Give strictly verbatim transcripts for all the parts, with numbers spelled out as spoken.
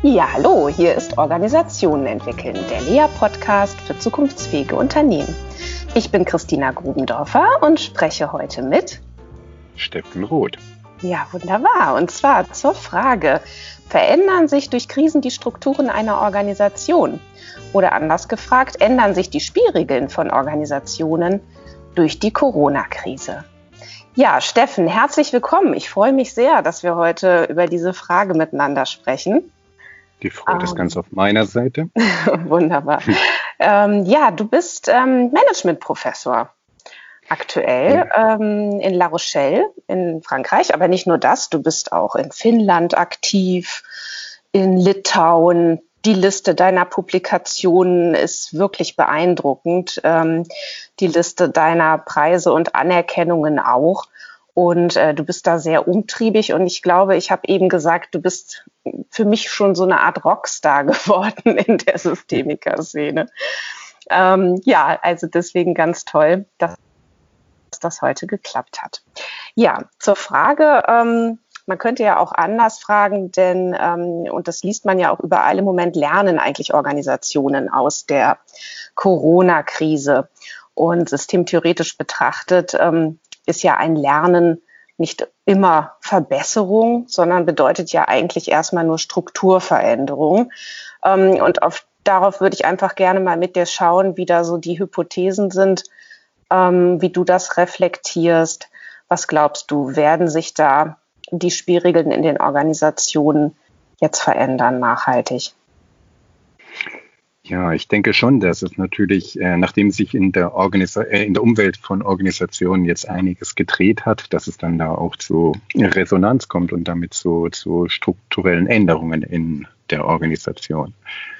Ja, hallo, hier ist Organisationen entwickeln, der L E A-Podcast für zukunftsfähige Unternehmen. Ich bin Christina Grubendorfer und spreche heute mit Steffen Roth. Ja, wunderbar. Und zwar zur Frage, verändern sich durch Krisen die Strukturen einer Organisation? Oder anders gefragt, ändern sich die Spielregeln von Organisationen durch die Corona-Krise? Ja, Steffen, herzlich willkommen. Ich freue mich sehr, dass wir heute über diese Frage miteinander sprechen. Die Freude um, ist ganz auf meiner Seite. Wunderbar. ähm, ja, du bist ähm, Managementprofessor aktuell ja. ähm, in La Rochelle in Frankreich, aber nicht nur das, du bist auch in Finnland aktiv, in Litauen. Die Liste deiner Publikationen ist wirklich beeindruckend, ähm, die Liste deiner Preise und Anerkennungen auch. Und äh, du bist da sehr umtriebig und ich glaube, ich habe eben gesagt, du bist für mich schon so eine Art Rockstar geworden in der Systemiker-Szene. Ähm, ja, also deswegen ganz toll, dass das heute geklappt hat. Ja, zur Frage, ähm, man könnte ja auch anders fragen, denn, ähm, und das liest man ja auch überall im Moment, lernen eigentlich Organisationen aus der Corona-Krise. Und systemtheoretisch betrachtet ähm, ist ja ein Lernen nicht immer Verbesserung, sondern bedeutet ja eigentlich erstmal nur Strukturveränderung. Ähm, und auf, darauf würde ich einfach gerne mal mit dir schauen, wie da so die Hypothesen sind, ähm, wie du das reflektierst. Was glaubst du, werden sich da die Spielregeln in den Organisationen jetzt verändern, nachhaltig? Ja, ich denke schon, dass es natürlich, äh, nachdem sich in der, Organisa- äh, in der Umwelt von Organisationen jetzt einiges gedreht hat, dass es dann da auch zu Resonanz kommt und damit zu, zu strukturellen Änderungen in der Organisation.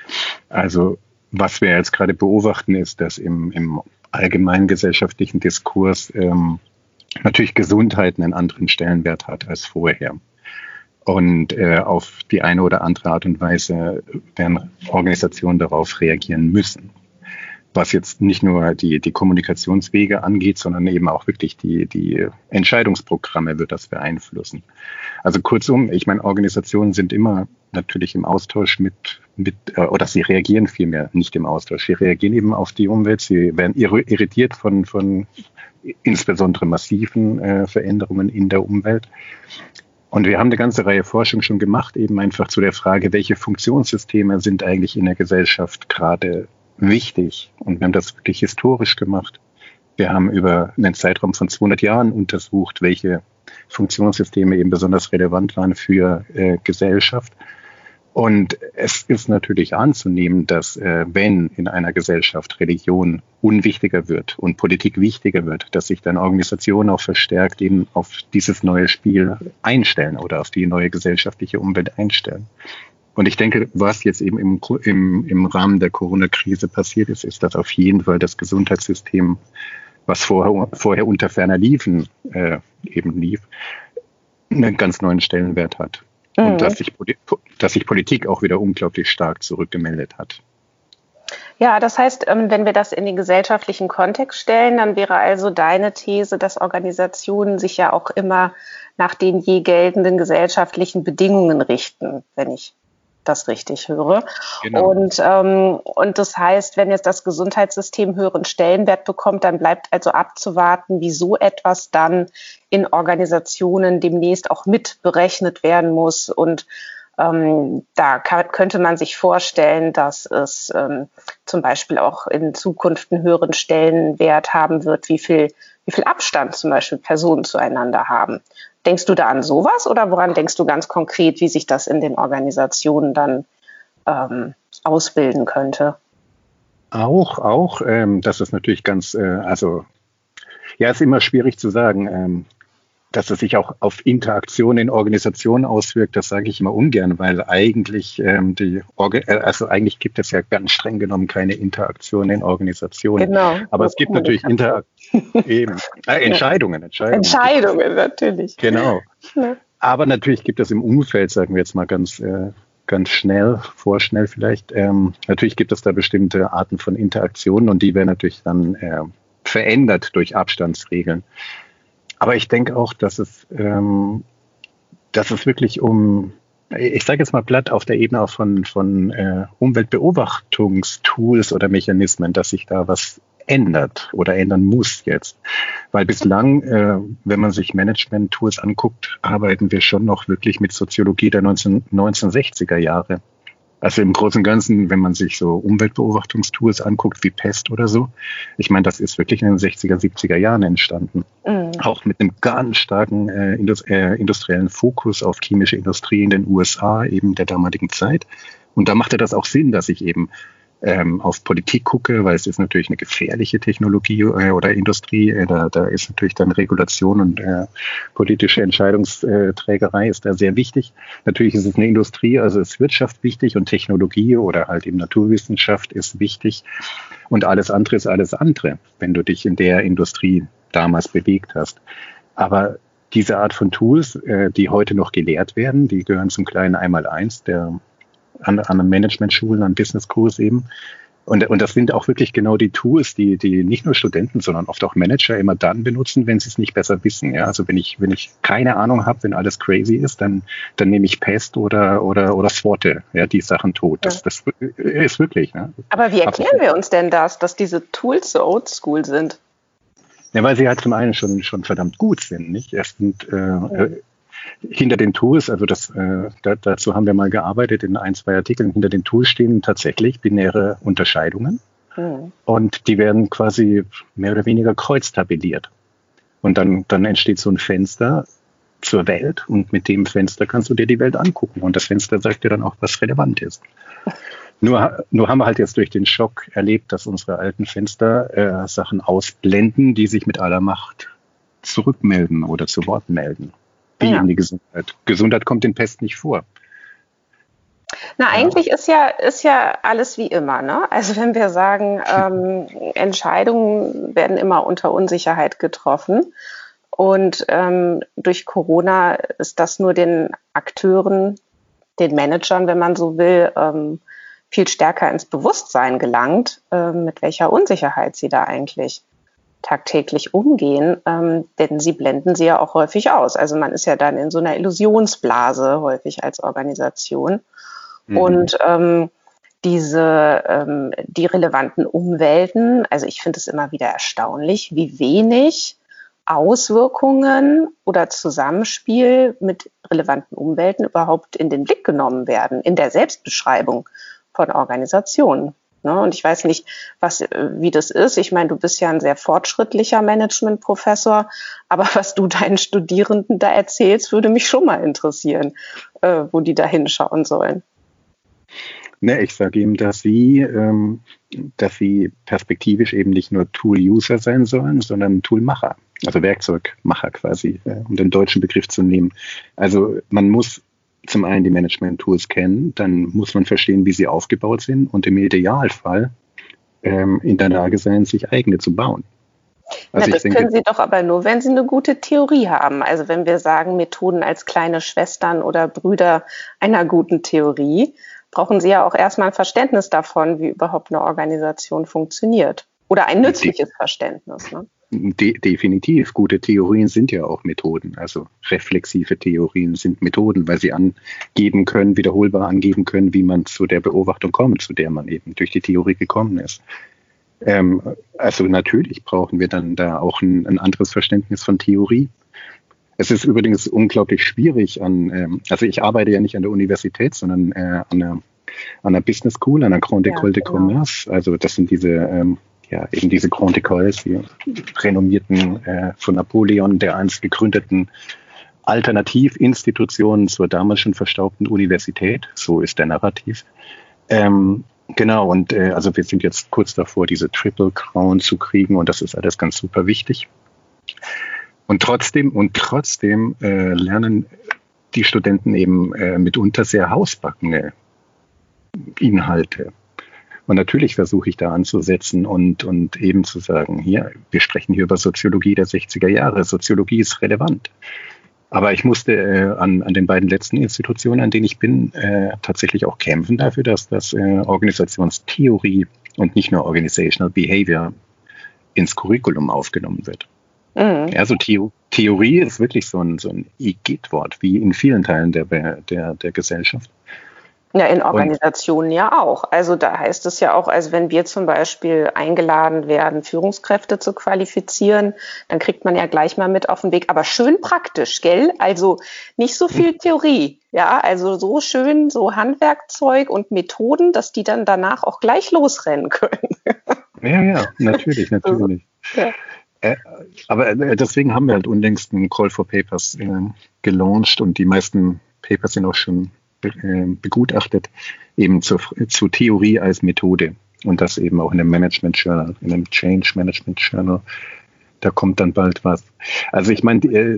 Also was wir jetzt gerade beobachten, ist, dass im, im allgemeinen gesellschaftlichen Diskurs ähm, natürlich Gesundheit einen anderen Stellenwert hat als vorher. Und äh, auf die eine oder andere Art und Weise werden Organisationen darauf reagieren müssen. Was jetzt nicht nur die, die Kommunikationswege angeht, sondern eben auch wirklich die, die Entscheidungsprogramme wird das beeinflussen. Also kurzum, ich meine, Organisationen sind immer natürlich im Austausch mit, mit äh, oder sie reagieren vielmehr nicht im Austausch. Sie reagieren eben auf die Umwelt, sie werden irritiert von, von insbesondere massiven äh, Veränderungen in der Umwelt. Und wir haben eine ganze Reihe Forschung schon gemacht, eben einfach zu der Frage, welche Funktionssysteme sind eigentlich in der Gesellschaft gerade wichtig. Und wir haben das wirklich historisch gemacht. Wir haben über einen Zeitraum von zweihundert Jahren untersucht, welche Funktionssysteme eben besonders relevant waren für äh, Gesellschaft. Und es ist natürlich anzunehmen, dass äh, wenn in einer Gesellschaft Religion unwichtiger wird und Politik wichtiger wird, dass sich dann Organisationen auch verstärkt eben auf dieses neue Spiel einstellen oder auf die neue gesellschaftliche Umwelt einstellen. Und ich denke, was jetzt eben im, im, im Rahmen der Corona-Krise passiert ist, ist, dass auf jeden Fall das Gesundheitssystem, was vorher, vorher unter ferner Liefen äh, eben lief, einen ganz neuen Stellenwert hat. Und mhm. dass sich, dass sich Politik auch wieder unglaublich stark zurückgemeldet hat. Ja, das heißt, wenn wir das in den gesellschaftlichen Kontext stellen, dann wäre also deine These, dass Organisationen sich ja auch immer nach den je geltenden gesellschaftlichen Bedingungen richten, wenn ich das richtig höre. Genau. Und, ähm, und das heißt, wenn jetzt das Gesundheitssystem höheren Stellenwert bekommt, dann bleibt also abzuwarten, wie so etwas dann in Organisationen demnächst auch mit berechnet werden muss. Und ähm, da kann, könnte man sich vorstellen, dass es ähm, zum Beispiel auch in Zukunft einen höheren Stellenwert haben wird, wie viel, wie viel Abstand zum Beispiel Personen zueinander haben. Denkst du da an sowas oder woran denkst du ganz konkret, wie sich das in den Organisationen dann ähm, ausbilden könnte? Auch, auch, ähm, das ist natürlich ganz, äh, also ja, ist immer schwierig zu sagen, ähm, dass es sich auch auf Interaktion in Organisationen auswirkt, das sage ich immer ungern, weil eigentlich ähm, die Orga- also eigentlich gibt es ja ganz streng genommen keine Interaktion in Organisationen. Genau. Aber es gibt natürlich Interak- eben, äh, Entscheidungen, Entscheidungen. Entscheidungen, natürlich. Genau. Ja. Aber natürlich gibt es im Umfeld, sagen wir jetzt mal ganz, äh, ganz schnell, vorschnell vielleicht, ähm, natürlich gibt es da bestimmte Arten von Interaktionen und die werden natürlich dann äh, verändert durch Abstandsregeln. Aber ich denke auch, dass es, ähm, dass es wirklich um ich sage jetzt mal platt, auf der Ebene auch von, von äh, Umweltbeobachtungstools oder Mechanismen, dass sich da was ändert oder ändern muss jetzt. Weil bislang, äh, wenn man sich Management-Tools anguckt, arbeiten wir schon noch wirklich mit Soziologie der neunzehnhundertsechziger Jahre. Also im Großen und Ganzen, wenn man sich so Umweltbeobachtungstools anguckt, wie Pest oder so, ich meine, das ist wirklich in den sechziger, siebziger Jahren entstanden. Mhm. Auch mit einem ganz starken äh, Indust- äh, industriellen Fokus auf chemische Industrie in den U S A, eben der damaligen Zeit. Und da machte das auch Sinn, dass ich eben ähm, auf Politik gucke, weil es ist natürlich eine gefährliche Technologie äh, oder Industrie. Äh, da, da ist natürlich dann Regulation und äh, politische Entscheidungsträgerei ist da sehr wichtig. Natürlich ist es eine Industrie, also ist Wirtschaft wichtig und Technologie oder halt eben Naturwissenschaft ist wichtig. Und alles andere ist alles andere, wenn du dich in der Industrie damals bewegt hast. Aber diese Art von Tools, äh, die heute noch gelehrt werden, die gehören zum kleinen Einmaleins der an, an Management-Schulen, an Business-Kurs eben. Und, und das sind auch wirklich genau die Tools, die, die nicht nur Studenten, sondern oft auch Manager immer dann benutzen, wenn sie es nicht besser wissen. Ja, also wenn ich, wenn ich keine Ahnung habe, wenn alles crazy ist, dann, dann nehme ich Pest oder, oder, oder SWOT, ja, die Sachen tot. Das, das ist wirklich. Ne? Aber wie erklären wir uns denn das, dass diese Tools so oldschool sind? Ja, weil sie halt zum einen schon, schon verdammt gut sind, nicht? Erst sind, äh, mhm. hinter den Tools, also das, äh, da, dazu haben wir mal gearbeitet in ein, zwei Artikeln, hinter den Tools stehen tatsächlich binäre Unterscheidungen mhm. und die werden quasi mehr oder weniger kreuztabelliert. Und dann, dann entsteht so ein Fenster zur Welt und mit dem Fenster kannst du dir die Welt angucken und das Fenster sagt dir dann auch, was relevant ist. Nur, nur haben wir halt jetzt durch den Schock erlebt, dass unsere alten Fenster äh, Sachen ausblenden, die sich mit aller Macht zurückmelden oder zu Wort melden. Wie ja. in die Gesundheit. Gesundheit kommt in Pest nicht vor. Na, eigentlich ja. ist ja ist ja alles wie immer, ne? Also wenn wir sagen, ähm, Entscheidungen werden immer unter Unsicherheit getroffen und ähm, durch Corona ist das nur den Akteuren, den Managern, wenn man so will, ähm, viel stärker ins Bewusstsein gelangt, ähm, mit welcher Unsicherheit sie da eigentlich tagtäglich umgehen, ähm, denn sie blenden sie ja auch häufig aus. Also man ist ja dann in so einer Illusionsblase häufig als Organisation. Mhm. Und ähm, diese ähm, die relevanten Umwelten, also ich finde es immer wieder erstaunlich, wie wenig Auswirkungen oder Zusammenspiel mit relevanten Umwelten überhaupt in den Blick genommen werden, in der Selbstbeschreibung von Organisationen. Ne? Und ich weiß nicht, was, wie das ist. Ich meine, du bist ja ein sehr fortschrittlicher Management-Professor, aber was du deinen Studierenden da erzählst, würde mich schon mal interessieren, äh, wo die da hinschauen sollen. Ne, ich sage ihm, dass sie, ähm, dass sie perspektivisch eben nicht nur Tool-User sein sollen, sondern Tool-Macher, also Werkzeugmacher quasi, äh, um den deutschen Begriff zu nehmen. Also man muss zum einen die Management-Tools kennen, dann muss man verstehen, wie sie aufgebaut sind und im Idealfall ähm, in der Lage sein, sich eigene zu bauen. Also Na, das denke, können Sie doch aber nur, wenn Sie eine gute Theorie haben. Also wenn wir sagen, Methoden als kleine Schwestern oder Brüder einer guten Theorie, brauchen Sie ja auch erstmal ein Verständnis davon, wie überhaupt eine Organisation funktioniert. Oder ein nützliches De- Verständnis. Ne? De- definitiv. Gute Theorien sind ja auch Methoden. Also reflexive Theorien sind Methoden, weil sie angeben können, wiederholbar angeben können, wie man zu der Beobachtung kommt, zu der man eben durch die Theorie gekommen ist. Ähm, also natürlich brauchen wir dann da auch ein, ein anderes Verständnis von Theorie. Es ist übrigens unglaublich schwierig an, ähm, also ich arbeite ja nicht an der Universität, sondern äh, an der, an der Business School, an der Grande École de Commerce. Also das sind diese, ähm, ja, eben diese Grande Écoles, die renommierten, äh, von Napoleon, der einst gegründeten Alternativinstitutionen zur damals schon verstaubten Universität. So ist der Narrativ. Ähm, genau, und äh, also wir sind jetzt kurz davor, diese Triple Crown zu kriegen und das ist alles ganz super wichtig. Und trotzdem, und trotzdem äh, lernen die Studenten eben äh, mitunter sehr hausbackene Inhalte. Und natürlich versuche ich da anzusetzen und, und eben zu sagen, hier, wir sprechen hier über Soziologie der sechziger Jahre. Soziologie ist relevant. Aber ich musste äh, an, an den beiden letzten Institutionen, an denen ich bin, äh, tatsächlich auch kämpfen dafür, dass das äh, Organisationstheorie und nicht nur Organizational Behavior ins Curriculum aufgenommen wird. Mhm. Also The- Theorie ist wirklich so ein, so ein Igitt-Wort, wie in vielen Teilen der, der, der Gesellschaft. Ja, in Organisationen und, ja auch. Also da heißt es ja auch, also wenn wir zum Beispiel eingeladen werden, Führungskräfte zu qualifizieren, dann kriegt man ja gleich mal mit auf den Weg. Aber schön praktisch, gell? Also nicht so viel Theorie. Ja, also so schön, so Handwerkzeug und Methoden, dass die dann danach auch gleich losrennen können. Ja, ja, natürlich, natürlich. Ja. Äh, aber äh, deswegen haben wir halt unlängst einen Call for Papers äh, gelauncht und die meisten Papers sind auch schon begutachtet, eben zu, zu Theorie als Methode. Und das eben auch in einem Management Journal, in einem Change Management Journal. Da kommt dann bald was. Also ich meine, äh,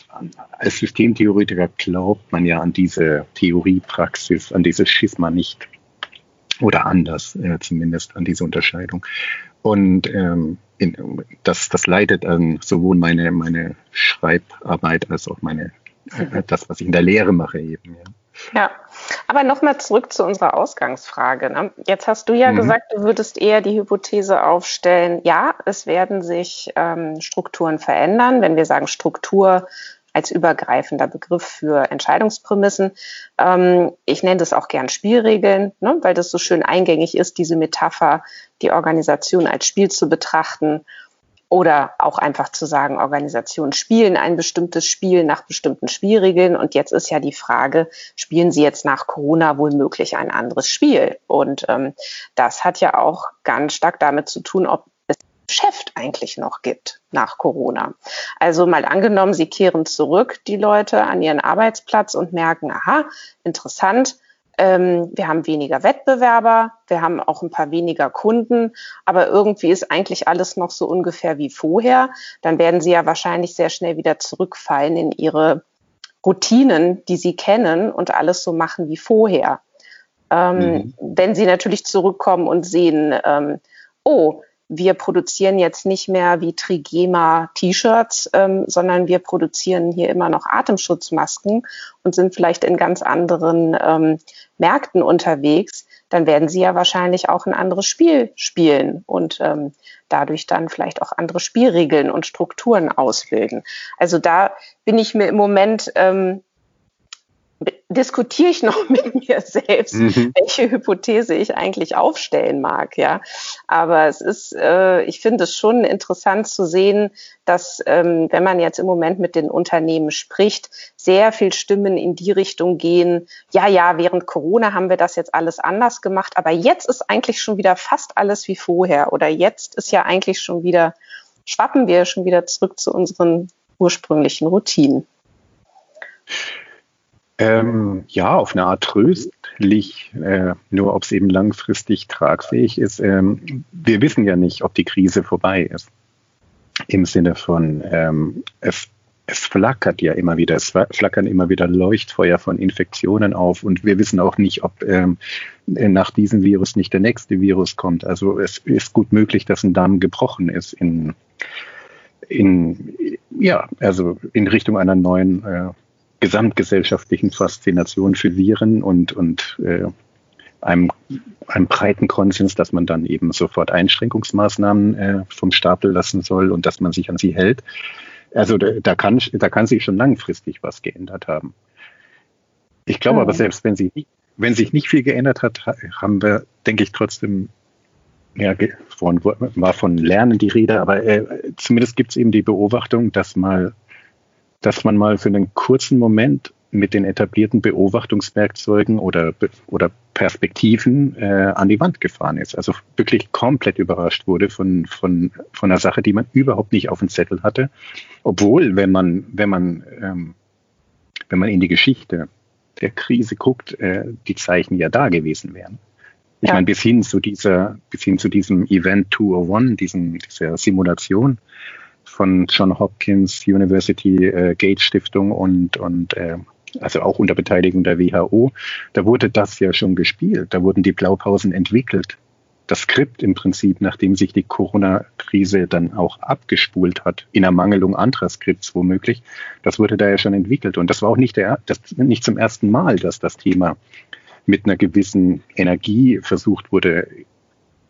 als Systemtheoretiker glaubt man ja an diese Theoriepraxis, an dieses Schisma nicht. Oder anders, äh, zumindest an diese Unterscheidung. Und ähm, in, das, das leitet an sowohl meine, meine Schreibarbeit als auch meine, äh, das, was ich in der Lehre mache eben, ja. Ja, aber nochmal zurück zu unserer Ausgangsfrage. Ne? Jetzt hast du ja mhm. gesagt, du würdest eher die Hypothese aufstellen, ja, es werden sich ähm, Strukturen verändern. Wenn wir sagen Struktur als übergreifender Begriff für Entscheidungsprämissen. Ähm, ich nenne das auch gern Spielregeln, ne? Weil das so schön eingängig ist, diese Metapher, die Organisation als Spiel zu betrachten. Oder auch einfach zu sagen, Organisationen spielen ein bestimmtes Spiel nach bestimmten Spielregeln. Und jetzt ist ja die Frage, spielen sie jetzt nach Corona womöglich ein anderes Spiel? Und ähm, das hat ja auch ganz stark damit zu tun, ob es Geschäft eigentlich noch gibt nach Corona. Also mal angenommen, sie kehren zurück, die Leute, an ihren Arbeitsplatz und merken, aha, interessant, wir haben weniger Wettbewerber, wir haben auch ein paar weniger Kunden, aber irgendwie ist eigentlich alles noch so ungefähr wie vorher. Dann werden sie ja wahrscheinlich sehr schnell wieder zurückfallen in ihre Routinen, die sie kennen und alles so machen wie vorher. Ähm, mhm. Wenn sie natürlich zurückkommen und sehen, ähm, oh, wir produzieren jetzt nicht mehr wie Trigema T-Shirts, ähm, sondern wir produzieren hier immer noch Atemschutzmasken und sind vielleicht in ganz anderen ähm, Märkten unterwegs, dann werden sie ja wahrscheinlich auch ein anderes Spiel spielen und ähm, dadurch dann vielleicht auch andere Spielregeln und Strukturen ausbilden. Also da bin ich mir im Moment... Ähm, diskutiere ich noch mit mir selbst, mhm. welche Hypothese ich eigentlich aufstellen mag, ja. Aber es ist, äh, ich finde es schon interessant zu sehen, dass, ähm, wenn man jetzt im Moment mit den Unternehmen spricht, sehr viel Stimmen in die Richtung gehen, ja, ja, während Corona haben wir das jetzt alles anders gemacht, aber jetzt ist eigentlich schon wieder fast alles wie vorher oder jetzt ist ja eigentlich schon wieder, schwappen wir schon wieder zurück zu unseren ursprünglichen Routinen. Ähm, ja, auf eine Art tröstlich, äh, nur ob es eben langfristig tragfähig ist. Ähm, wir wissen ja nicht, ob die Krise vorbei ist. Im Sinne von, ähm, es, es flackert ja immer wieder, es flackern immer wieder Leuchtfeuer von Infektionen auf und wir wissen auch nicht, ob ähm, nach diesem Virus nicht der nächste Virus kommt. Also es ist gut möglich, dass ein Damm gebrochen ist in, in, ja, also in Richtung einer neuen äh, gesamtgesellschaftlichen Faszination für Viren und, und äh, einem, einem breiten Konsens, dass man dann eben sofort Einschränkungsmaßnahmen äh, vom Stapel lassen soll und dass man sich an sie hält. Also da, da, kann, da kann sich schon langfristig was geändert haben. Ich glaube mhm. aber, selbst wenn, sie, wenn sich nicht viel geändert hat, haben wir, denke ich, trotzdem, ja, von, war von Lernen die Rede, aber äh, zumindest gibt es eben die Beobachtung, dass mal dass man mal für einen kurzen Moment mit den etablierten Beobachtungswerkzeugen oder, oder Perspektiven äh, an die Wand gefahren ist. Also wirklich komplett überrascht wurde von, von, von einer Sache, die man überhaupt nicht auf dem Zettel hatte. Obwohl, wenn man, wenn man, ähm, wenn man in die Geschichte der Krise guckt, äh, die Zeichen ja da gewesen wären. Ich ja. meine, bis hin zu dieser, bis hin zu diesem Event zweihunderteins, diesem, dieser Simulation, von John Hopkins University, äh, Gates Stiftung und, und äh, also auch unter Beteiligung der W H O, da wurde das ja schon gespielt, da wurden die Blaupausen entwickelt. Das Skript im Prinzip, nachdem sich die Corona-Krise dann auch abgespult hat, in Ermangelung anderer Skripts womöglich, das wurde da ja schon entwickelt. Und das war auch nicht, der, das, nicht zum ersten Mal, dass das Thema mit einer gewissen Energie versucht wurde,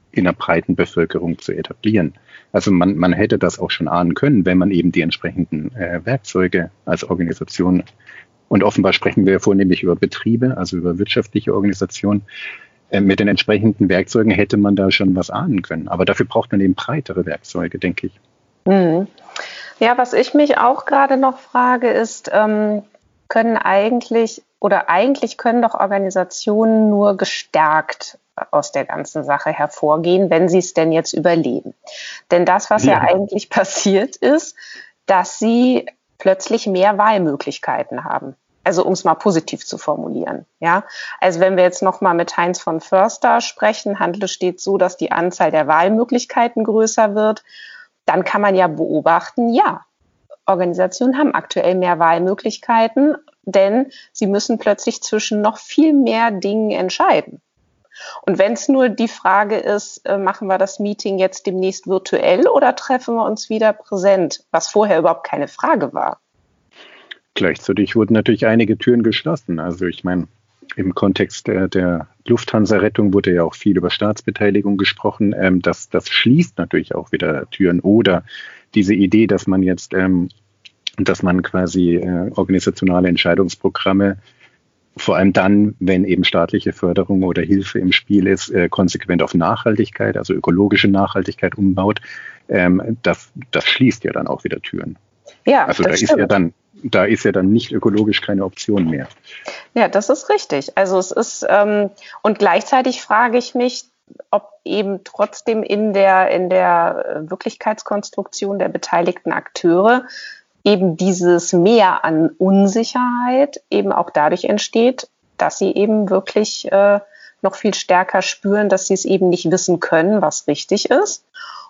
in der breiten Bevölkerung zu etablieren. Also man, man hätte das auch schon ahnen können, wenn man eben die entsprechenden äh, Werkzeuge als Organisation, und offenbar sprechen wir vornehmlich über Betriebe, also über wirtschaftliche Organisationen, äh, mit den entsprechenden Werkzeugen hätte man da schon was ahnen können. Aber dafür braucht man eben breitere Werkzeuge, denke ich. Mhm. Ja, was ich mich auch gerade noch frage, ist, ähm, können eigentlich oder eigentlich können doch Organisationen nur gestärkt aus der ganzen Sache hervorgehen, wenn sie es denn jetzt überleben. Denn das, was ja, ja eigentlich passiert ist, dass sie plötzlich mehr Wahlmöglichkeiten haben. Also um es mal positiv zu formulieren. Ja? Also wenn wir jetzt nochmal mit Heinz von Förster sprechen, Handel steht so, dass die Anzahl der Wahlmöglichkeiten größer wird, dann kann man ja beobachten, ja, Organisationen haben aktuell mehr Wahlmöglichkeiten, denn sie müssen plötzlich zwischen noch viel mehr Dingen entscheiden. Und wenn es nur die Frage ist, äh, machen wir das Meeting jetzt demnächst virtuell oder treffen wir uns wieder präsent, was vorher überhaupt keine Frage war. Gleichzeitig wurden natürlich einige Türen geschlossen. Also ich meine, im Kontext der, der Lufthansa-Rettung wurde ja auch viel über Staatsbeteiligung gesprochen. Ähm, das, das schließt natürlich auch wieder Türen. Oder diese Idee, dass man jetzt, ähm, dass man quasi äh, organisationale Entscheidungsprogramme, vor allem dann, wenn eben staatliche Förderung oder Hilfe im Spiel ist, äh, konsequent auf Nachhaltigkeit, also ökologische Nachhaltigkeit umbaut, ähm, das, das schließt ja dann auch wieder Türen. Ja, also da ist ja dann, da ist ja dann nicht ökologisch keine Option mehr. Ja, das ist richtig. Also es ist ähm, und gleichzeitig frage ich mich, ob eben trotzdem in der in der Wirklichkeitskonstruktion der beteiligten Akteure eben dieses Mehr an Unsicherheit eben auch dadurch entsteht, dass sie eben wirklich äh, noch viel stärker spüren, dass sie es eben nicht wissen können, was richtig ist,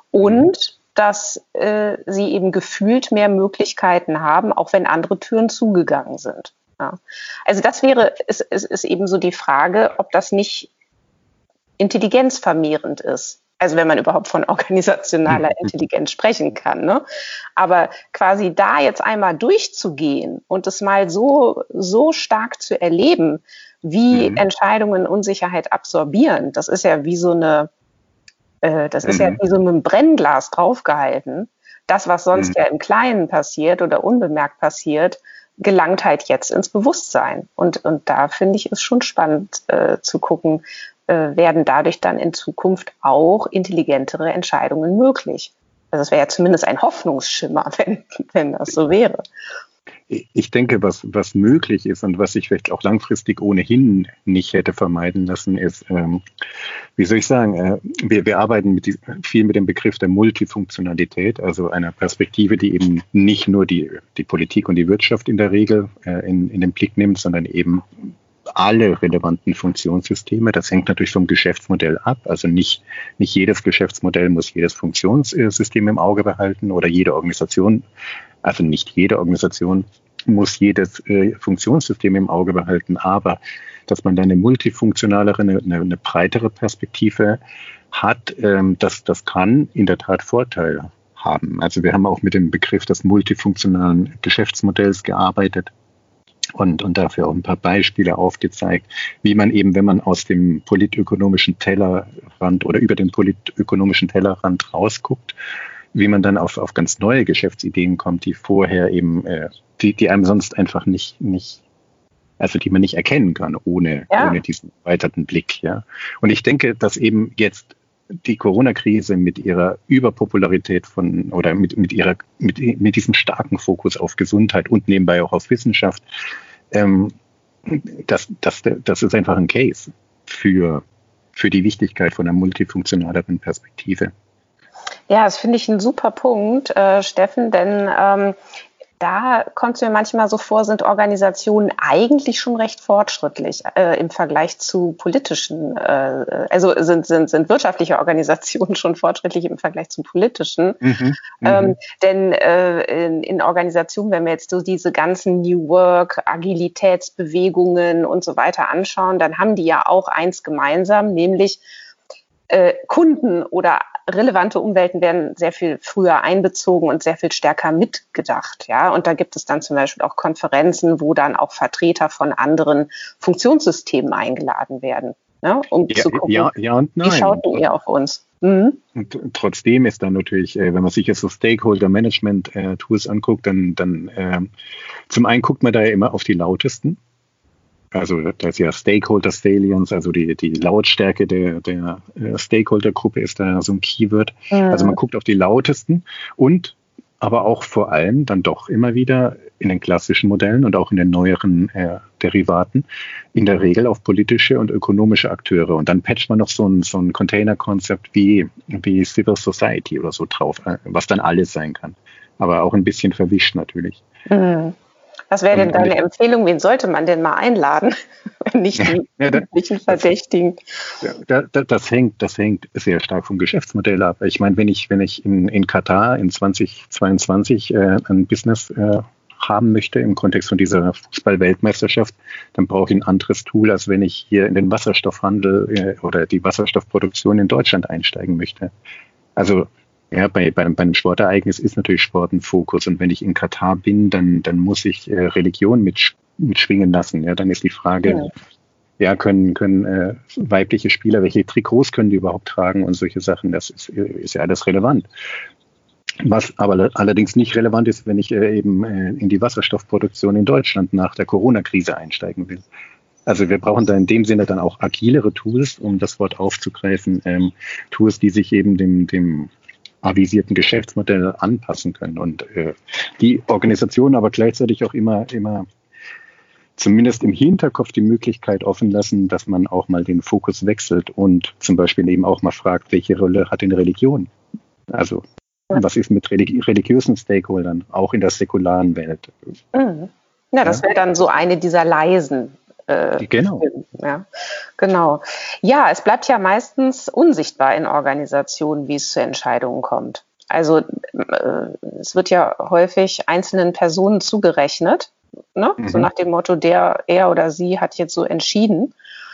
und dass äh, sie eben gefühlt mehr Möglichkeiten haben, auch wenn andere Türen zugegangen sind. Ja. Also das wäre, ist, ist, ist eben so die Frage, ob das nicht intelligenzvermehrend ist. Also wenn man überhaupt von organisationaler Intelligenz sprechen kann. Ne? Aber quasi da jetzt einmal durchzugehen und es mal so, so stark zu erleben, wie mhm. Entscheidungen Unsicherheit absorbieren, das ist ja wie so eine, äh, das ist mhm. ja wie so mit einem Brennglas draufgehalten. Das, was sonst mhm. ja im Kleinen passiert oder unbemerkt passiert, gelangt halt jetzt ins Bewusstsein. Und, und da finde ich es schon spannend äh, zu gucken, werden dadurch dann in Zukunft auch intelligentere Entscheidungen möglich. Also es wäre ja zumindest ein Hoffnungsschimmer, wenn, wenn das so wäre. Ich denke, was, was möglich ist und was sich vielleicht auch langfristig ohnehin nicht hätte vermeiden lassen, ist, ähm, wie soll ich sagen, äh, wir, wir arbeiten mit die, viel mit dem Begriff der Multifunktionalität, also einer Perspektive, die eben nicht nur die, die Politik und die Wirtschaft in der Regel äh, in, in den Blick nimmt, sondern eben alle relevanten Funktionssysteme. Das hängt natürlich vom Geschäftsmodell ab. Also nicht, nicht jedes Geschäftsmodell muss jedes Funktionssystem im Auge behalten oder jede Organisation, also nicht jede Organisation muss jedes äh, Funktionssystem im Auge behalten, aber dass man da eine multifunktionalere, eine, eine breitere Perspektive hat, ähm, das, das kann in der Tat Vorteile haben. Also wir haben auch mit dem Begriff des multifunktionalen Geschäftsmodells gearbeitet. Und, und dafür auch ein paar Beispiele aufgezeigt, wie man eben, wenn man aus dem politökonomischen Tellerrand oder über den politökonomischen Tellerrand rausguckt, wie man dann auf, auf ganz neue Geschäftsideen kommt, die vorher eben, äh, die, die einem sonst einfach nicht, nicht, also die man nicht erkennen kann, ohne, ja. ohne diesen erweiterten Blick, ja. Und ich denke, dass eben jetzt die Corona-Krise mit ihrer Überpopularität von oder mit, mit ihrer mit, mit diesem starken Fokus auf Gesundheit und nebenbei auch auf Wissenschaft, ähm, das, das, das ist einfach ein Case für, für die Wichtigkeit von einer multifunktionaleren Perspektive. Ja, das finde ich ein super Punkt, äh, Steffen, denn ähm, da kommt es mir manchmal so vor, sind Organisationen eigentlich schon recht fortschrittlich äh, im Vergleich zu politischen, äh, also sind, sind, sind wirtschaftliche Organisationen schon fortschrittlich im Vergleich zu politischen. Mhm, ähm, denn äh, in, in Organisationen, wenn wir jetzt so diese ganzen New Work, Agilitätsbewegungen und so weiter anschauen, dann haben die ja auch eins gemeinsam, nämlich äh, Kunden oder relevante Umwelten werden sehr viel früher einbezogen und sehr viel stärker mitgedacht, ja. Und da gibt es dann zum Beispiel auch Konferenzen, wo dann auch Vertreter von anderen Funktionssystemen eingeladen werden, ne? Um ja, zu gucken, ja, ja und nein. Wie schaut denn ihr auf uns? Mhm. Und trotzdem ist dann natürlich, äh, wenn man sich jetzt so Stakeholder-Management-Tools anguckt, dann, dann äh, zum einen guckt man da ja immer auf die lautesten. Also da ist ja Stakeholder Salience, also die, die Lautstärke der, der äh, Stakeholder-Gruppe ist da so ein Keyword. Mhm. Also man guckt auf die lautesten und aber auch vor allem dann doch immer wieder in den klassischen Modellen und auch in den neueren äh, Derivaten in der Regel auf politische und ökonomische Akteure. Und dann patcht man noch so ein, so ein Container-Konzept wie, wie Civil Society oder so drauf, äh, was dann alles sein kann. Aber auch ein bisschen verwischt natürlich. Mhm. Was wäre denn deine Empfehlung? Wen sollte man denn mal einladen? Nicht die ja, da, üblichen Verdächtigen. Da, da, das, hängt, das hängt sehr stark vom Geschäftsmodell ab. Ich meine, wenn ich, wenn ich in, in Katar in zweitausendzweiundzwanzig äh, ein Business äh, haben möchte im Kontext von dieser Fußball-Weltmeisterschaft, dann brauche ich ein anderes Tool, als wenn ich hier in den Wasserstoffhandel äh, oder die Wasserstoffproduktion in Deutschland einsteigen möchte. Also ja, bei, bei, bei einem Sportereignis ist natürlich Sport ein Fokus. Und wenn ich in Katar bin, dann, dann muss ich äh, Religion mit, mitschwingen lassen. Ja, dann ist die Frage, ja, ja können, können äh, weibliche Spieler, welche Trikots können die überhaupt tragen und solche Sachen. Das ist, ist ja alles relevant. Was aber allerdings nicht relevant ist, wenn ich äh, eben äh, in die Wasserstoffproduktion in Deutschland nach der Corona-Krise einsteigen will. Also wir brauchen da in dem Sinne dann auch agilere Tools, um das Wort aufzugreifen. Ähm, Tools, die sich eben dem, dem avisierten Geschäftsmodell anpassen können und äh, die Organisation aber gleichzeitig auch immer, immer zumindest im Hinterkopf die Möglichkeit offen lassen, dass man auch mal den Fokus wechselt und zum Beispiel eben auch mal fragt, welche Rolle hat denn Religion? Also was ist mit religi- religiösen Stakeholdern, auch in der säkularen Welt? Mhm. Ja, das wäre dann so eine dieser leisen. Äh, genau. Ja, genau. Ja, es bleibt ja meistens unsichtbar in Organisationen, wie es zu Entscheidungen kommt. Also äh, es wird ja häufig einzelnen Personen zugerechnet, ne? Mhm. So nach dem Motto, der, er oder sie hat jetzt so entschieden.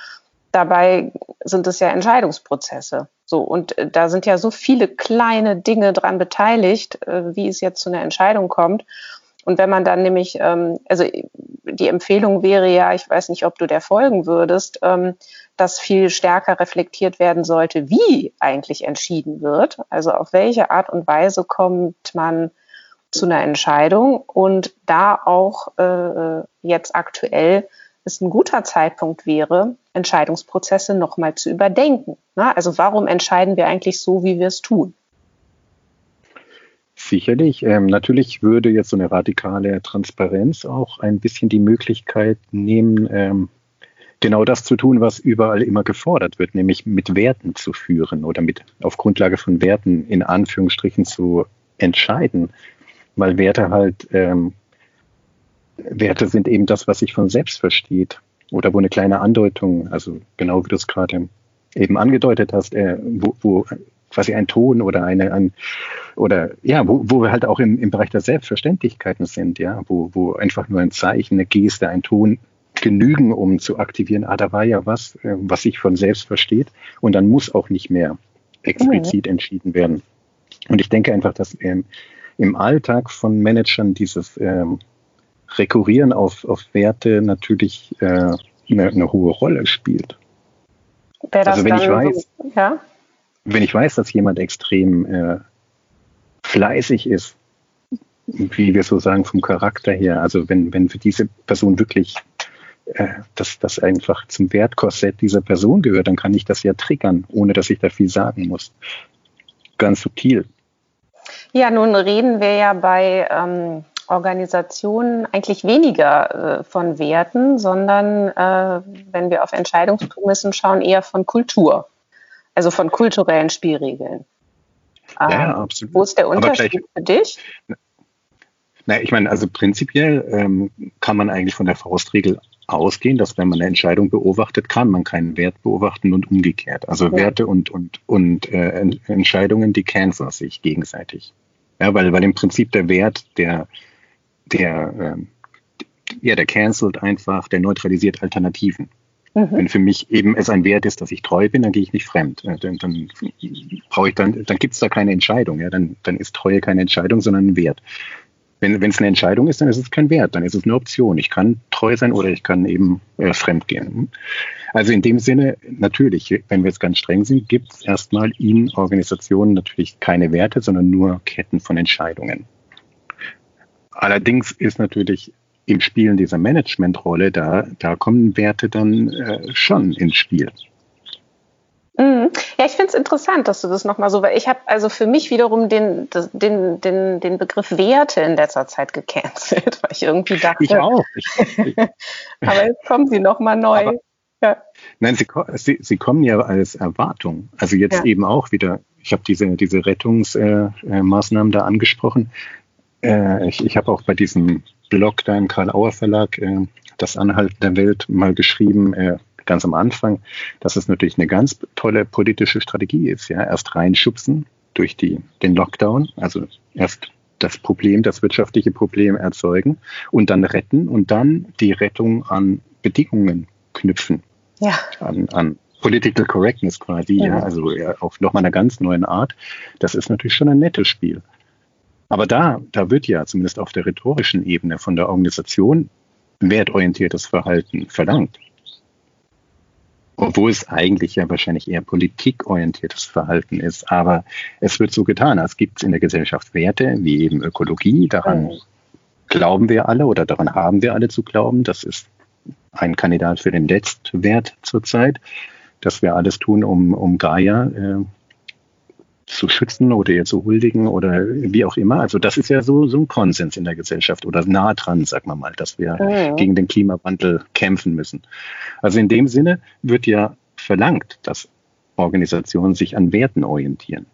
Dabei sind es ja Entscheidungsprozesse. So, und äh, da sind ja so viele kleine Dinge dran beteiligt, äh, wie es jetzt zu einer Entscheidung kommt. Und wenn man dann nämlich, ähm, also die Empfehlung wäre ja, ich weiß nicht, ob du der folgen würdest, ähm, dass viel stärker reflektiert werden sollte, wie eigentlich entschieden wird. Also auf welche Art und Weise kommt man zu einer Entscheidung. Und da auch äh, jetzt aktuell es ein guter Zeitpunkt wäre, Entscheidungsprozesse nochmal zu überdenken. Na, also warum entscheiden wir eigentlich so, wie wir es tun? Sicherlich. Ähm, natürlich würde jetzt so eine radikale Transparenz auch ein bisschen die Möglichkeit nehmen, ähm, genau das zu tun, was überall immer gefordert wird, nämlich mit Werten zu führen oder mit auf Grundlage von Werten in Anführungsstrichen zu entscheiden. Weil Werte halt, ähm, Werte sind eben das, was sich von selbst versteht oder wo eine kleine Andeutung, also genau wie du es gerade eben angedeutet hast, äh, wo, wo quasi ein Ton oder eine, ein, oder ja, wo, wo wir halt auch im, im Bereich der Selbstverständlichkeiten sind, ja, wo, wo einfach nur ein Zeichen, eine Geste, ein Ton genügen, um zu aktivieren, ah, da war ja was, äh, was sich von selbst versteht und dann muss auch nicht mehr explizit mhm. entschieden werden. Und ich denke einfach, dass ähm, im Alltag von Managern dieses ähm, Rekurrieren auf, auf Werte natürlich äh, eine, eine hohe Rolle spielt. Also wenn ich weiß, so, ja? wenn ich weiß, dass jemand extrem äh, fleißig ist, wie wir so sagen, vom Charakter her, also wenn, wenn für diese Person wirklich äh, das, das einfach zum Wertkorsett dieser Person gehört, dann kann ich das ja triggern, ohne dass ich da viel sagen muss. Ganz subtil. Ja, nun reden wir ja bei ähm, Organisationen eigentlich weniger äh, von Werten, sondern äh, wenn wir auf Entscheidungsprämissen schauen, eher von Kultur, also von kulturellen Spielregeln. Ja, ähm, ja, absolut. Wo ist der Unterschied gleich, für dich? Na, ich meine, also prinzipiell ähm, kann man eigentlich von der Faustregel ausgehen, dass wenn man eine Entscheidung beobachtet, kann man keinen Wert beobachten und umgekehrt. Also ja. Werte und, und, und äh, Entscheidungen, die canceln sich gegenseitig. Ja, weil, weil im Prinzip der Wert, der, der, ähm, ja, der cancelt einfach, der neutralisiert Alternativen. Mhm. Wenn für mich eben es ein Wert ist, dass ich treu bin, dann gehe ich nicht fremd. Dann, dann brauche ich dann, dann gibt es da keine Entscheidung. Ja, dann, dann ist Treue keine Entscheidung, sondern ein Wert. Wenn wenn es eine Entscheidung ist, dann ist es kein Wert, dann ist es eine Option. Ich kann treu sein oder ich kann eben äh, fremd gehen. Also in dem Sinne, natürlich, wenn wir jetzt ganz streng sind, gibt es erstmal in Organisationen natürlich keine Werte, sondern nur Ketten von Entscheidungen. Allerdings ist natürlich im Spielen dieser Managementrolle, da, da kommen Werte dann äh, schon ins Spiel. Mhm. Ja, ich finde es interessant, dass du das nochmal so, weil ich habe also für mich wiederum den, den, den, den Begriff Werte in letzter Zeit gecancelt, weil ich irgendwie dachte, ich auch. Ich, ich, aber jetzt kommen sie nochmal neu. Aber, ja. Nein, sie, sie, sie kommen ja als Erwartung. Also jetzt ja. eben auch wieder, ich habe diese, diese Rettungsmaßnahmen äh, da angesprochen. Äh, ich ich habe auch bei diesem Blog da im Karl-Auer-Verlag, äh, das Anhalten der Welt, mal geschrieben, äh, ganz am Anfang, dass es natürlich eine ganz tolle politische Strategie ist. Ja, erst reinschubsen durch die, den Lockdown, also erst das Problem, das wirtschaftliche Problem erzeugen und dann retten und dann die Rettung an Bedingungen knüpfen. Ja. An, an Political Correctness quasi, ja, ja also ja, auf nochmal einer ganz neuen Art. Das ist natürlich schon ein nettes Spiel. Aber da, da wird ja zumindest auf der rhetorischen Ebene von der Organisation wertorientiertes Verhalten verlangt. Obwohl es eigentlich ja wahrscheinlich eher politikorientiertes Verhalten ist. Aber es wird so getan, als gibt es in der Gesellschaft Werte wie eben Ökologie. Daran mhm. glauben wir alle oder daran haben wir alle zu glauben. Das ist ein Kandidat für den Letztwert zurzeit, dass wir alles tun, um, um Gaia äh, zu schützen oder ihr zu huldigen oder wie auch immer. Also das ist ja so, so ein Konsens in der Gesellschaft oder nah dran, sagen wir mal, dass wir mhm. gegen den Klimawandel kämpfen müssen. Also in dem Sinne wird ja verlangt, dass Organisationen sich an Werten orientieren.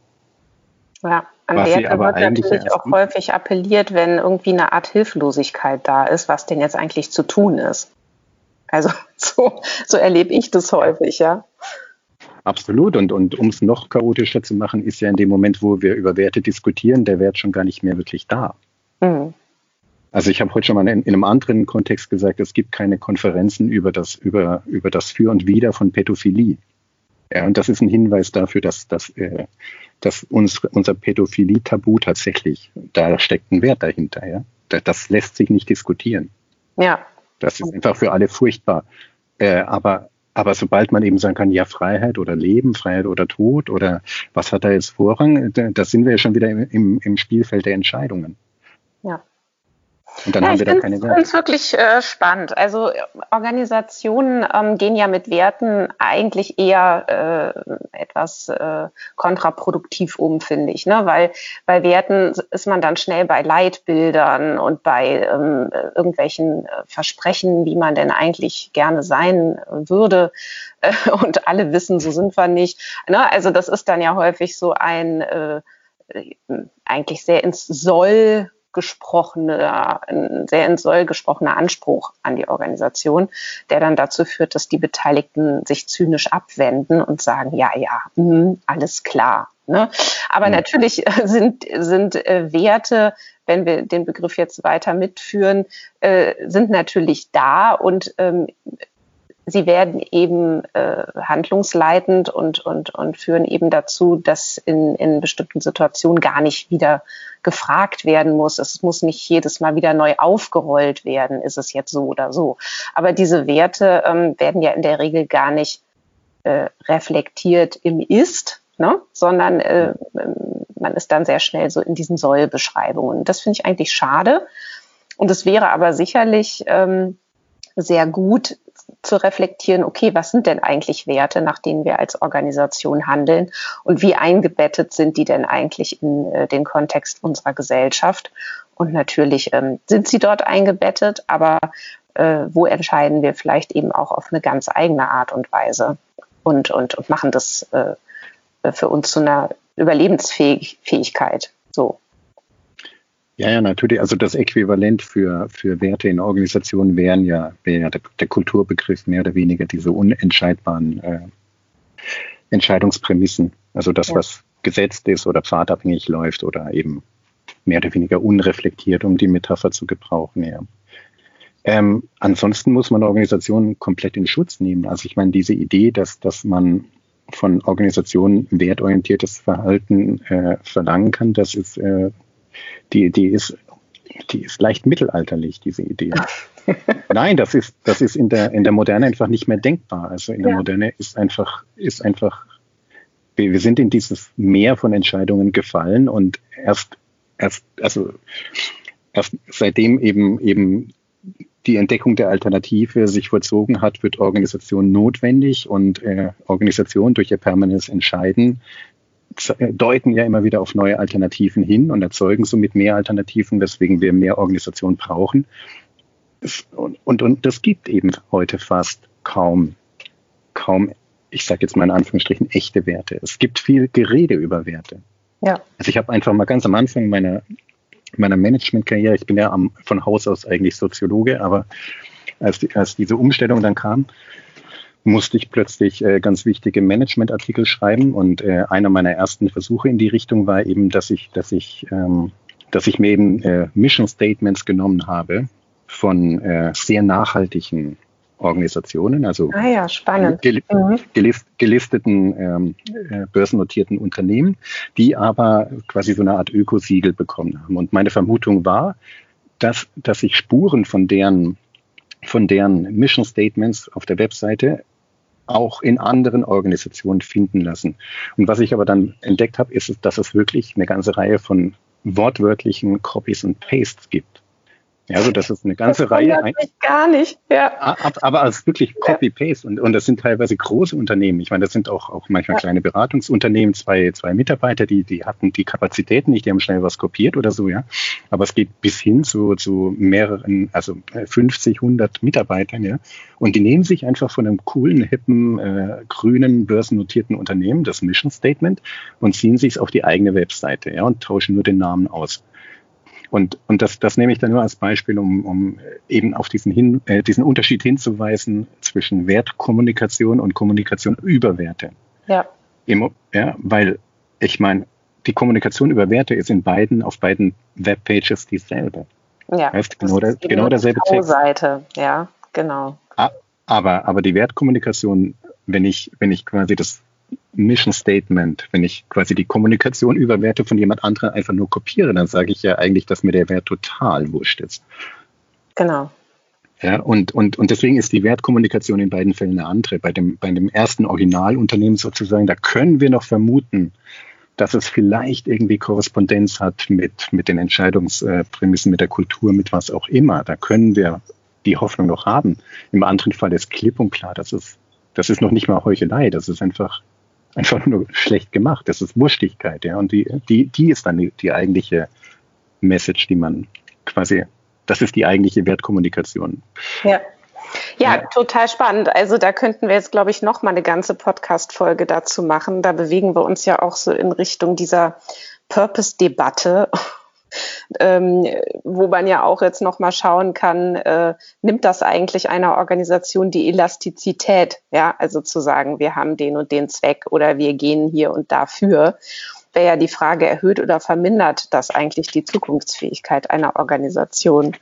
Ja, an was Werte aber wird natürlich auch häufig appelliert, wenn irgendwie eine Art Hilflosigkeit da ist, was denn jetzt eigentlich zu tun ist. Also so, so erlebe ich das häufig, ja. Absolut. Und, und um es noch chaotischer zu machen, ist ja in dem Moment, wo wir über Werte diskutieren, der Wert schon gar nicht mehr wirklich da. Mhm. Also ich habe heute schon mal in, in einem anderen Kontext gesagt, es gibt keine Konferenzen über das, über, über das Für und Wider von Pädophilie. Ja, und das ist ein Hinweis dafür, dass, dass, äh, dass uns, unser Pädophilie-Tabu tatsächlich, da steckt ein Wert dahinter. Ja? Das, das lässt sich nicht diskutieren. Ja. Das ist einfach für alle furchtbar. Äh, aber Aber sobald man eben sagen kann, ja, Freiheit oder Leben, Freiheit oder Tod oder was hat da jetzt Vorrang, da sind wir ja schon wieder im, im Spielfeld der Entscheidungen. Ja. Und dann ja, haben wir da keine Werte. Ich finde es wirklich äh, spannend. Also Organisationen ähm, gehen ja mit Werten eigentlich eher äh, etwas äh, kontraproduktiv um, finde ich. Ne? Weil bei Werten ist man dann schnell bei Leitbildern und bei ähm, irgendwelchen äh, Versprechen, wie man denn eigentlich gerne sein würde. Äh, und alle wissen, so sind wir nicht. Ne? Also das ist dann ja häufig so ein äh, eigentlich sehr ins Soll gesprochener, ein sehr ins Soll gesprochener Anspruch an die Organisation, der dann dazu führt, dass die Beteiligten sich zynisch abwenden und sagen, ja, ja, mh, alles klar. Ne? Aber mhm. natürlich sind, sind äh, Werte, wenn wir den Begriff jetzt weiter mitführen, äh, sind natürlich da und ähm, sie werden eben äh, handlungsleitend und, und, und führen eben dazu, dass in, in bestimmten Situationen gar nicht wieder gefragt werden muss. Es muss nicht jedes Mal wieder neu aufgerollt werden, ist es jetzt so oder so. Aber diese Werte ähm, werden ja in der Regel gar nicht äh, reflektiert im Ist, ne? Sondern äh, man ist dann sehr schnell so in diesen Soll-Beschreibungen. Das finde ich eigentlich schade. Und es wäre aber sicherlich ähm, sehr gut zu reflektieren, okay, was sind denn eigentlich Werte, nach denen wir als Organisation handeln und wie eingebettet sind die denn eigentlich in äh, den Kontext unserer Gesellschaft? Und natürlich ähm, sind sie dort eingebettet, aber äh, wo entscheiden wir vielleicht eben auch auf eine ganz eigene Art und Weise und, und, und machen das äh, für uns zu einer Überlebensfähigkeit, so. Ja, ja, natürlich. Also das Äquivalent für, für Werte in Organisationen wären ja, wäre ja der, der Kulturbegriff mehr oder weniger diese unentscheidbaren äh, Entscheidungsprämissen. Also das, ja. was gesetzt ist oder pfadabhängig läuft oder eben mehr oder weniger unreflektiert, um die Metapher zu gebrauchen. Ja. Ähm, ansonsten muss man Organisationen komplett in Schutz nehmen. Also ich meine, diese Idee, dass, dass man von Organisationen wertorientiertes Verhalten äh, verlangen kann, das ist äh, Die Idee ist die ist leicht mittelalterlich, diese Idee. Nein, das ist, das ist in der, in der Moderne einfach nicht mehr denkbar. Also in der ja. Moderne ist einfach, ist einfach, wir, wir sind in dieses Meer von Entscheidungen gefallen und erst, erst, also erst seitdem eben, eben die Entdeckung der Alternative sich vollzogen hat, wird Organisation notwendig und äh, Organisation durch ihr permanentes Entscheiden deuten ja immer wieder auf neue Alternativen hin und erzeugen somit mehr Alternativen, weswegen wir mehr Organisation brauchen. Und, und, und das gibt eben heute fast kaum, kaum, ich sage jetzt mal in Anführungsstrichen, echte Werte. Es gibt viel Gerede über Werte. Ja. Also ich habe einfach mal ganz am Anfang meiner, meiner Management-Karriere, ich bin ja am, von Haus aus eigentlich Soziologe, aber als, die, als diese Umstellung dann kam, musste ich plötzlich äh, ganz wichtige Management-Artikel schreiben und äh, einer meiner ersten Versuche in die Richtung war eben, dass ich, dass ich, ähm, dass ich mir eben äh, Mission Statements genommen habe von äh, sehr nachhaltigen Organisationen, also ah ja, spannend. Gel- mhm. gelist- gelisteten ähm, äh, börsennotierten Unternehmen, die aber quasi so eine Art Ökosiegel bekommen haben. Und meine Vermutung war, dass, dass sich Spuren von deren, von deren Mission Statements auf der Webseite auch in anderen Organisationen finden lassen. Und was ich aber dann entdeckt habe, ist, dass es wirklich eine ganze Reihe von wortwörtlichen Copies und Pastes gibt. Ja, also das ist eine ganze das Reihe. Das mich gar nicht, ja. Aber es ist wirklich Copy-Paste und, und das sind teilweise große Unternehmen. Ich meine, das sind auch, auch manchmal ja. kleine Beratungsunternehmen, zwei, zwei Mitarbeiter, die, die hatten die Kapazitäten nicht, die haben schnell was kopiert oder so, ja. Aber es geht bis hin zu, zu mehreren, also fünfzig, hundert Mitarbeitern, ja. Und die nehmen sich einfach von einem coolen, hippen, äh, grünen, börsennotierten Unternehmen das Mission Statement und ziehen sich es auf die eigene Webseite, ja, und tauschen nur den Namen aus. Und, und das, das nehme ich dann nur als Beispiel, um, um eben auf diesen, hin, äh, diesen Unterschied hinzuweisen zwischen Wertkommunikation und Kommunikation über Werte. Ja. Im, ja, weil ich meine, die Kommunikation über Werte ist in beiden, auf beiden Webpages dieselbe. Ja. Heißt, genau, der, genau derselbe Text. Seite, ja, genau. Aber, aber die Wertkommunikation, wenn ich, wenn ich quasi das Mission Statement, wenn ich quasi die Kommunikation über Werte von jemand anderem einfach nur kopiere, dann sage ich ja eigentlich, dass mir der Wert total wurscht ist. Genau. Ja, und, und, und deswegen ist die Wertkommunikation in beiden Fällen eine andere. Bei dem, bei dem ersten Originalunternehmen sozusagen, da können wir noch vermuten, dass es vielleicht irgendwie Korrespondenz hat mit, mit den Entscheidungsprämissen, mit der Kultur, mit was auch immer. Da können wir die Hoffnung noch haben. Im anderen Fall ist klipp und klar, das ist, das ist noch nicht mal Heuchelei, das ist einfach Einfach nur schlecht gemacht. Das ist Wurstigkeit, ja. Und die, die, die ist dann die, die eigentliche Message, die man quasi, das ist die eigentliche Wertkommunikation. Ja. Ja, ja, total spannend. Also da könnten wir jetzt, glaube ich, noch mal eine ganze Podcast-Folge dazu machen. Da bewegen wir uns ja auch so in Richtung dieser Purpose-Debatte. Ähm, wo man ja auch jetzt noch mal schauen kann, äh, nimmt das eigentlich einer Organisation die Elastizität, ja, also zu sagen, wir haben den und den Zweck oder wir gehen hier und dafür, wäre ja die Frage, erhöht oder vermindert das eigentlich die Zukunftsfähigkeit einer Organisation?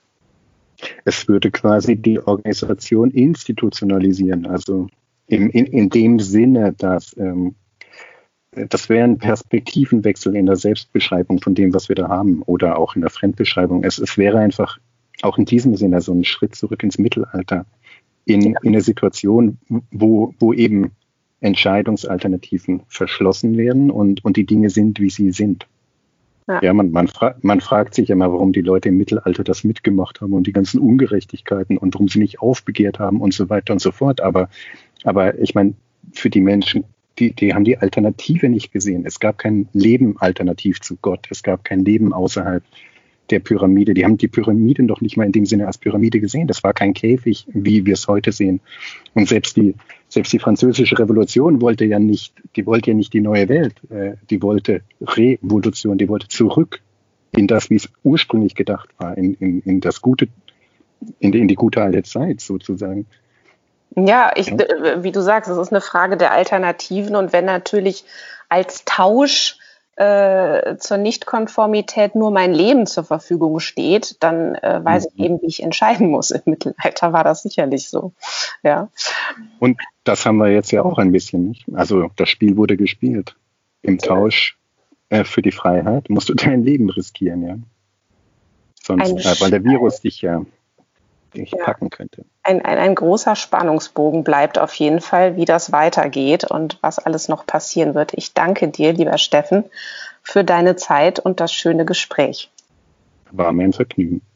Es würde quasi die Organisation institutionalisieren, also in, in, in dem Sinne, dass ähm, das wäre ein Perspektivenwechsel in der Selbstbeschreibung von dem, was wir da haben, oder auch in der Fremdbeschreibung. Es, es wäre einfach auch in diesem Sinne so ein Schritt zurück ins Mittelalter, in, ja. in eine Situation, wo, wo eben Entscheidungsalternativen verschlossen werden und, und die Dinge sind, wie sie sind. Ja, ja man, man, fra- man fragt sich immer, warum die Leute im Mittelalter das mitgemacht haben und die ganzen Ungerechtigkeiten und warum sie nicht aufbegehrt haben und so weiter und so fort. Aber, aber ich meine, für die Menschen, Die, die haben die Alternative nicht gesehen. Es gab kein Leben alternativ zu Gott. Es gab kein Leben außerhalb der Pyramide. Die haben die Pyramide noch nicht mal in dem Sinne als Pyramide gesehen. Das war kein Käfig, wie wir es heute sehen. Und selbst die, selbst die französische Revolution wollte ja nicht, die wollte ja nicht die neue Welt. Die wollte Revolution, die wollte zurück in das, wie es ursprünglich gedacht war, in, in, in das Gute, in die, in die gute alte Zeit sozusagen. Ja, ich, wie du sagst, es ist eine Frage der Alternativen und wenn natürlich als Tausch äh, zur Nichtkonformität nur mein Leben zur Verfügung steht, dann äh, weiß mhm. ich eben, wie ich entscheiden muss. Im Mittelalter war das sicherlich so. Ja. Und das haben wir jetzt ja auch ein bisschen, nicht? Also das Spiel wurde gespielt. Im Tausch äh, für die Freiheit musst du dein Leben riskieren, ja. sonst, ein, äh, weil der Virus dich ja dich ja, packen könnte. Ein, ein, ein großer Spannungsbogen bleibt auf jeden Fall, wie das weitergeht und was alles noch passieren wird. Ich danke dir, lieber Steffen, für deine Zeit und das schöne Gespräch. War mir ein Vergnügen.